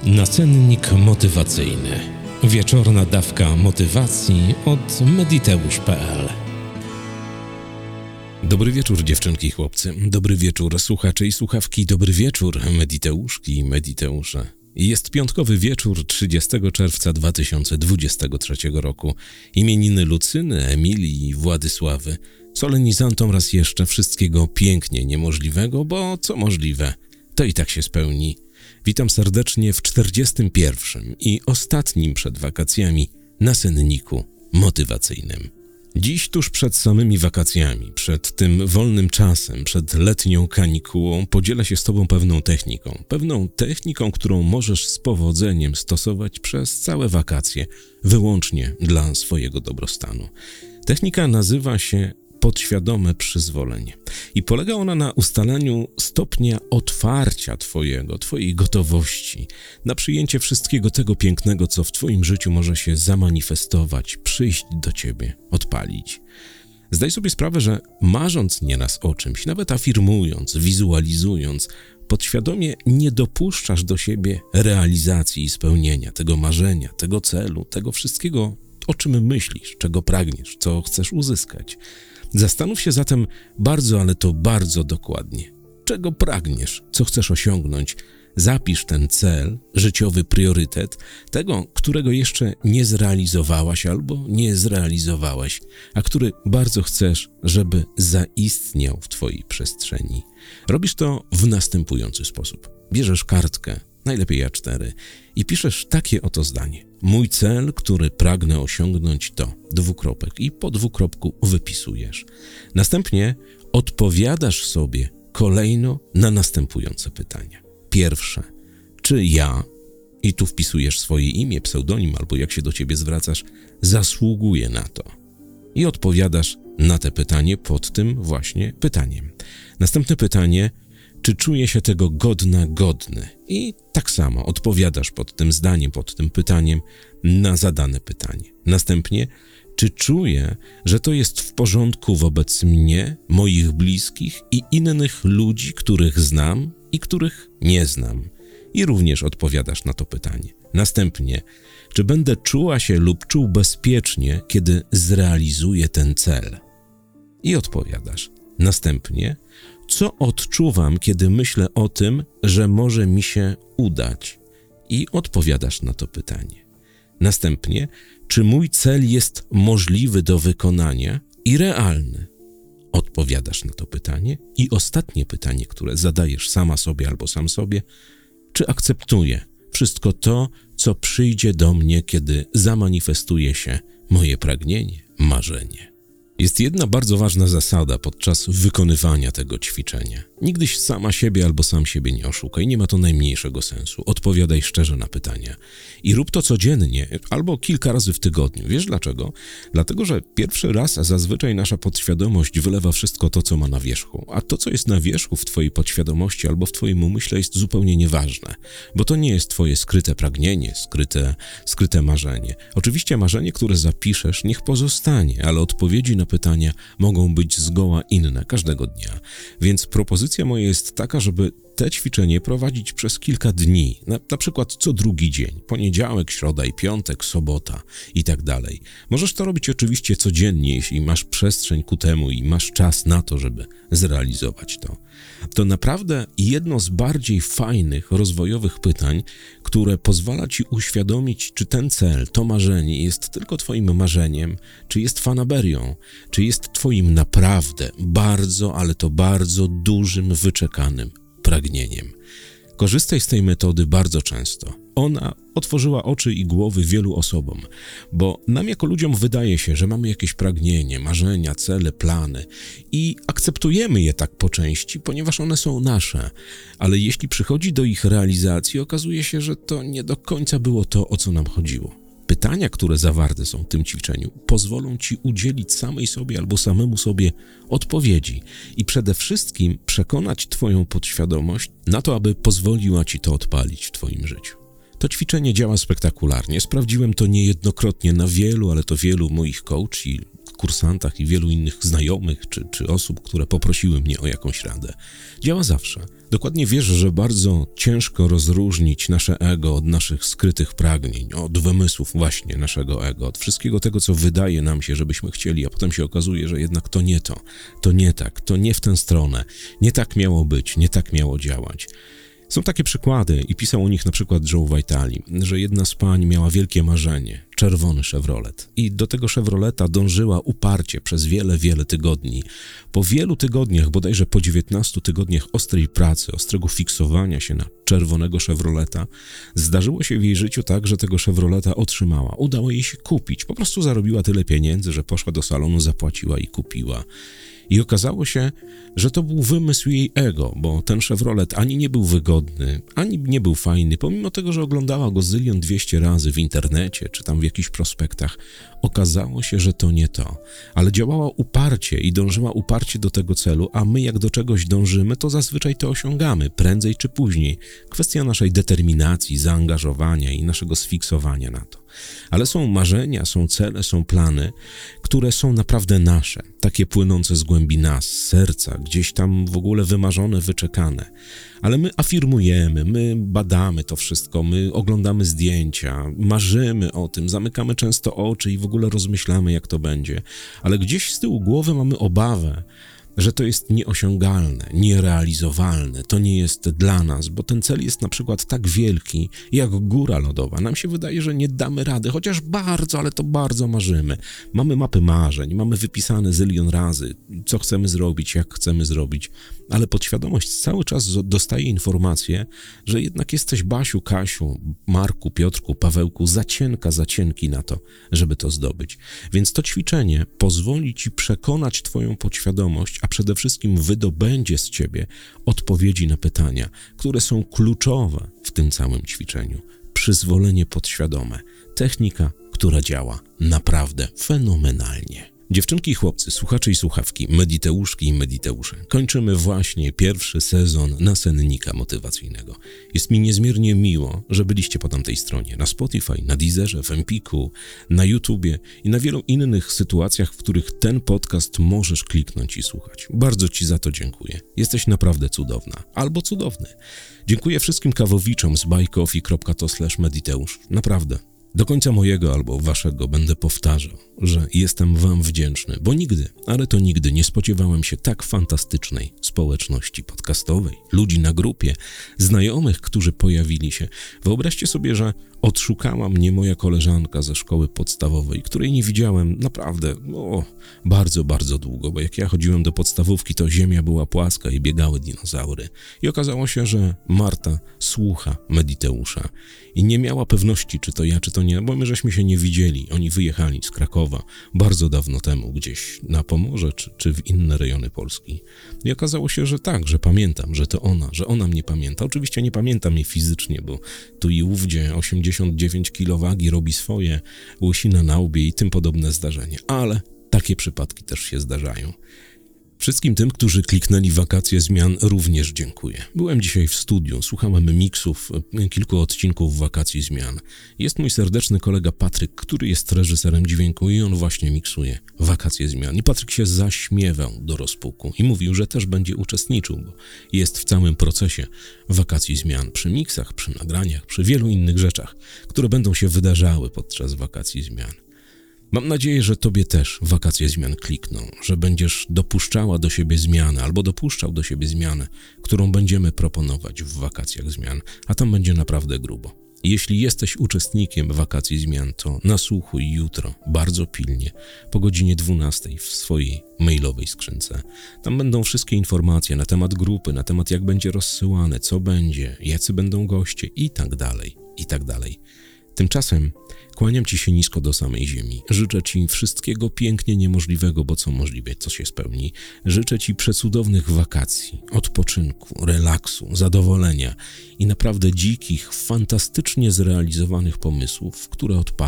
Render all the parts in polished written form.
Nasennik motywacyjny. Wieczorna dawka motywacji od mediteusz.pl. Dobry wieczór, dziewczynki i chłopcy. Dobry wieczór, słuchacze i słuchawki. Dobry wieczór, mediteuszki i mediteusze. Jest piątkowy wieczór 30 czerwca 2023 roku. Imieniny Lucyny, Emilii i Władysławy. Solenizantom raz jeszcze wszystkiego pięknie niemożliwego, bo co możliwe, to i tak się spełni. Witam serdecznie w 41. i ostatnim przed wakacjami nasenniku motywacyjnym. Dziś tuż przed samymi wakacjami, przed tym wolnym czasem, przed letnią kanikułą podzielę się z Tobą pewną techniką, którą możesz z powodzeniem stosować przez całe wakacje, wyłącznie dla swojego dobrostanu. Technika nazywa się podświadome przyzwolenie i polega ona na ustalaniu stopnia otwarcia Twojej gotowości na przyjęcie wszystkiego tego pięknego, co w Twoim życiu może się zamanifestować, przyjść do Ciebie, odpalić. Zdaj sobie sprawę, że marząc nieraz o czymś, nawet afirmując, wizualizując, podświadomie nie dopuszczasz do siebie realizacji i spełnienia tego marzenia, tego celu, tego wszystkiego, o czym myślisz, czego pragniesz, co chcesz uzyskać. Zastanów się zatem bardzo, ale to bardzo dokładnie. Czego pragniesz, co chcesz osiągnąć? Zapisz ten cel, życiowy priorytet, tego, którego jeszcze nie zrealizowałaś albo nie zrealizowałeś, a który bardzo chcesz, żeby zaistniał w Twojej przestrzeni. Robisz to w następujący sposób. Bierzesz kartkę, najlepiej A4, i piszesz takie oto zdanie. Mój cel, który pragnę osiągnąć, to ... i po dwukropku wypisujesz. Następnie odpowiadasz sobie kolejno na następujące pytania. Pierwsze, czy ja, i tu wpisujesz swoje imię, pseudonim albo jak się do ciebie zwracasz, zasługuję na to. I odpowiadasz na te pytanie pod tym właśnie pytaniem. Następne pytanie, czy czuję się tego godny? I tak samo odpowiadasz pod tym zdaniem, pod tym pytaniem na zadane pytanie. Następnie, czy czuję, że to jest w porządku wobec mnie, moich bliskich i innych ludzi, których znam i których nie znam? I również odpowiadasz na to pytanie. Następnie, czy będę czuła się lub czuł bezpiecznie, kiedy zrealizuję ten cel? I odpowiadasz. Następnie, co odczuwam, kiedy myślę o tym, że może mi się udać? I odpowiadasz na to pytanie. Następnie, czy mój cel jest możliwy do wykonania i realny? Odpowiadasz na to pytanie. I ostatnie pytanie, które zadajesz sama sobie albo sam sobie, czy akceptuję wszystko to, co przyjdzie do mnie, kiedy zamanifestuje się moje pragnienie, marzenie? Jest jedna bardzo ważna zasada podczas wykonywania tego ćwiczenia. Nigdyś sama siebie albo sam siebie nie oszukaj, nie ma to najmniejszego sensu. Odpowiadaj szczerze na pytania. I rób to codziennie albo kilka razy w tygodniu. Wiesz dlaczego? Dlatego, że pierwszy raz zazwyczaj nasza podświadomość wylewa wszystko to, co ma na wierzchu. A to, co jest na wierzchu w Twojej podświadomości albo w Twoim umyśle, jest zupełnie nieważne. Bo to nie jest Twoje skryte pragnienie, skryte marzenie. Oczywiście marzenie, które zapiszesz, niech pozostanie, ale odpowiedzi na pytania mogą być zgoła inne każdego dnia. Więc propozycja moja jest taka, żeby te ćwiczenie prowadzić przez kilka dni, na przykład co drugi dzień, poniedziałek, środa i piątek, sobota i tak dalej. Możesz to robić oczywiście codziennie, jeśli masz przestrzeń ku temu i masz czas na to, żeby zrealizować to. To naprawdę jedno z bardziej fajnych, rozwojowych pytań, które pozwala Ci uświadomić, czy ten cel, to marzenie jest tylko Twoim marzeniem, czy jest fanaberią, czy jest Twoim naprawdę bardzo, ale to bardzo dużym, wyczekanym pragnieniem. Korzystaj z tej metody bardzo często. Ona otworzyła oczy i głowy wielu osobom, bo nam jako ludziom wydaje się, że mamy jakieś pragnienie, marzenia, cele, plany i akceptujemy je tak po części, ponieważ one są nasze, ale jeśli przychodzi do ich realizacji, okazuje się, że to nie do końca było to, o co nam chodziło. Pytania, które zawarte są w tym ćwiczeniu, pozwolą Ci udzielić samej sobie albo samemu sobie odpowiedzi i przede wszystkim przekonać Twoją podświadomość na to, aby pozwoliła Ci to odpalić w Twoim życiu. To ćwiczenie działa spektakularnie. Sprawdziłem to niejednokrotnie na wielu, ale to wielu moich coachi, kursantach i wielu innych znajomych czy osób, które poprosiły mnie o jakąś radę. Działa zawsze. Dokładnie wiesz, że bardzo ciężko rozróżnić nasze ego od naszych skrytych pragnień, od wymysłów właśnie naszego ego, od wszystkiego tego, co wydaje nam się, żebyśmy chcieli, a potem się okazuje, że jednak to nie to nie tak, to nie w tę stronę, nie tak miało być, nie tak miało działać. Są takie przykłady i pisał o nich na przykład Joe Vitale, że jedna z pań miała wielkie marzenie, czerwony Chevrolet i do tego Chevroleta dążyła uparcie przez wiele tygodni. Po wielu tygodniach, bodajże po 19 tygodniach ostrej pracy, ostrego fiksowania się na czerwonego Chevroleta, zdarzyło się w jej życiu tak, że tego Chevroleta otrzymała. Udało jej się kupić, po prostu zarobiła tyle pieniędzy, że poszła do salonu, zapłaciła i kupiła. I okazało się, że to był wymysł jej ego, bo ten Chevrolet ani nie był wygodny, ani nie był fajny, pomimo tego, że oglądała go 1,200 razy w internecie, czy tam w jakichś prospektach. Okazało się, że to nie to, ale działała uparcie i dążyła uparcie do tego celu, a my jak do czegoś dążymy, to zazwyczaj to osiągamy, prędzej czy później. Kwestia naszej determinacji, zaangażowania i naszego sfiksowania na to. Ale są marzenia, są cele, są plany, które są naprawdę nasze, takie płynące z głębi nas, z serca, gdzieś tam w ogóle wymarzone, wyczekane. Ale my afirmujemy, my badamy to wszystko, my oglądamy zdjęcia, marzymy o tym, zamykamy często oczy i w ogóle rozmyślamy, jak to będzie. Ale gdzieś z tyłu głowy mamy obawę, że to jest nieosiągalne, nierealizowalne, to nie jest dla nas, bo ten cel jest na przykład tak wielki, jak góra lodowa. Nam się wydaje, że nie damy rady, chociaż bardzo, ale to bardzo marzymy. Mamy mapy marzeń, mamy wypisane 1 000 000 razy, co chcemy zrobić, jak chcemy zrobić, ale podświadomość cały czas dostaje informację, że jednak jesteś Basiu, Kasiu, Marku, Piotrku, Pawełku za cienki na to, żeby to zdobyć. Więc to ćwiczenie pozwoli ci przekonać twoją podświadomość, a przede wszystkim wydobędzie z ciebie odpowiedzi na pytania, które są kluczowe w tym całym ćwiczeniu. Przyzwolenie podświadome. Technika, która działa naprawdę fenomenalnie. Dziewczynki i chłopcy, słuchacze i słuchawki, mediteuszki i mediteusze, kończymy właśnie pierwszy sezon nasennika motywacyjnego. Jest mi niezmiernie miło, że byliście po tamtej stronie, na Spotify, na Deezerze, w Empiku, na YouTubie i na wielu innych sytuacjach, w których ten podcast możesz kliknąć i słuchać. Bardzo ci za to dziękuję. Jesteś naprawdę cudowna albo cudowny. Dziękuję wszystkim kawowiczom z buycoffee.to/mediteusz. Naprawdę. Do końca mojego albo waszego będę powtarzał, że jestem wam wdzięczny, bo nigdy, ale to nigdy nie spodziewałem się tak fantastycznej społeczności podcastowej, ludzi na grupie, znajomych, którzy pojawili się. Wyobraźcie sobie, że odszukała mnie moja koleżanka ze szkoły podstawowej, której nie widziałem naprawdę bardzo długo, bo jak ja chodziłem do podstawówki, to ziemia była płaska i biegały dinozaury. I okazało się, że Marta słucha Mediteusza i nie miała pewności, czy to ja, czy to nie, bo my żeśmy się nie widzieli. Oni wyjechali z Krakowa bardzo dawno temu, gdzieś na Pomorze, czy w inne rejony Polski. I okazało się, że tak, że pamiętam, że to ona, że ona mnie pamięta. Oczywiście nie pamiętam jej fizycznie, bo tu i ówdzie 89 kg wagi robi swoje, łysina na łbie i tym podobne zdarzenie. Ale takie przypadki też się zdarzają. Wszystkim tym, którzy kliknęli wakacje zmian, również dziękuję. Byłem dzisiaj w studiu, słuchałem miksów kilku odcinków wakacji zmian. Jest mój serdeczny kolega Patryk, który jest reżyserem dźwięku i on właśnie miksuje wakacje zmian. I Patryk się zaśmiewał do rozpuku i mówił, że też będzie uczestniczył, bo jest w całym procesie wakacji zmian, przy miksach, przy nagraniach, przy wielu innych rzeczach, które będą się wydarzały podczas wakacji zmian. Mam nadzieję, że tobie też wakacje zmian klikną, że będziesz dopuszczała do siebie zmianę albo dopuszczał do siebie zmianę, którą będziemy proponować w wakacjach zmian, a tam będzie naprawdę grubo. Jeśli jesteś uczestnikiem wakacji zmian, to nasłuchuj jutro, bardzo pilnie, po godzinie 12 w swojej mailowej skrzynce. Tam będą wszystkie informacje na temat grupy, na temat jak będzie rozsyłane, co będzie, jacy będą goście i tak dalej, i tak dalej. Tymczasem kłaniam ci się nisko do samej ziemi. Życzę ci wszystkiego pięknie niemożliwego, bo co możliwe, co się spełni. Życzę ci przecudownych wakacji, odpoczynku, relaksu, zadowolenia i naprawdę dzikich, fantastycznie zrealizowanych pomysłów, które odpaną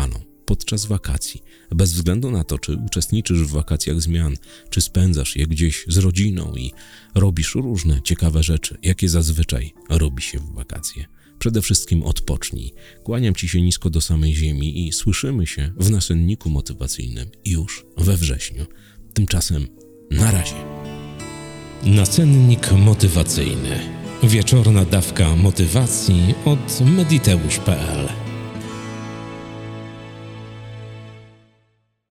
podczas wakacji. Bez względu na to, czy uczestniczysz w wakacjach zmian, czy spędzasz je gdzieś z rodziną i robisz różne ciekawe rzeczy, jakie zazwyczaj robi się w wakacje. Przede wszystkim odpocznij. Kłaniam Ci się nisko do samej ziemi i słyszymy się w nasenniku motywacyjnym już we wrześniu. Tymczasem na razie. Nasennik motywacyjny. Wieczorna dawka motywacji od mediteusz.pl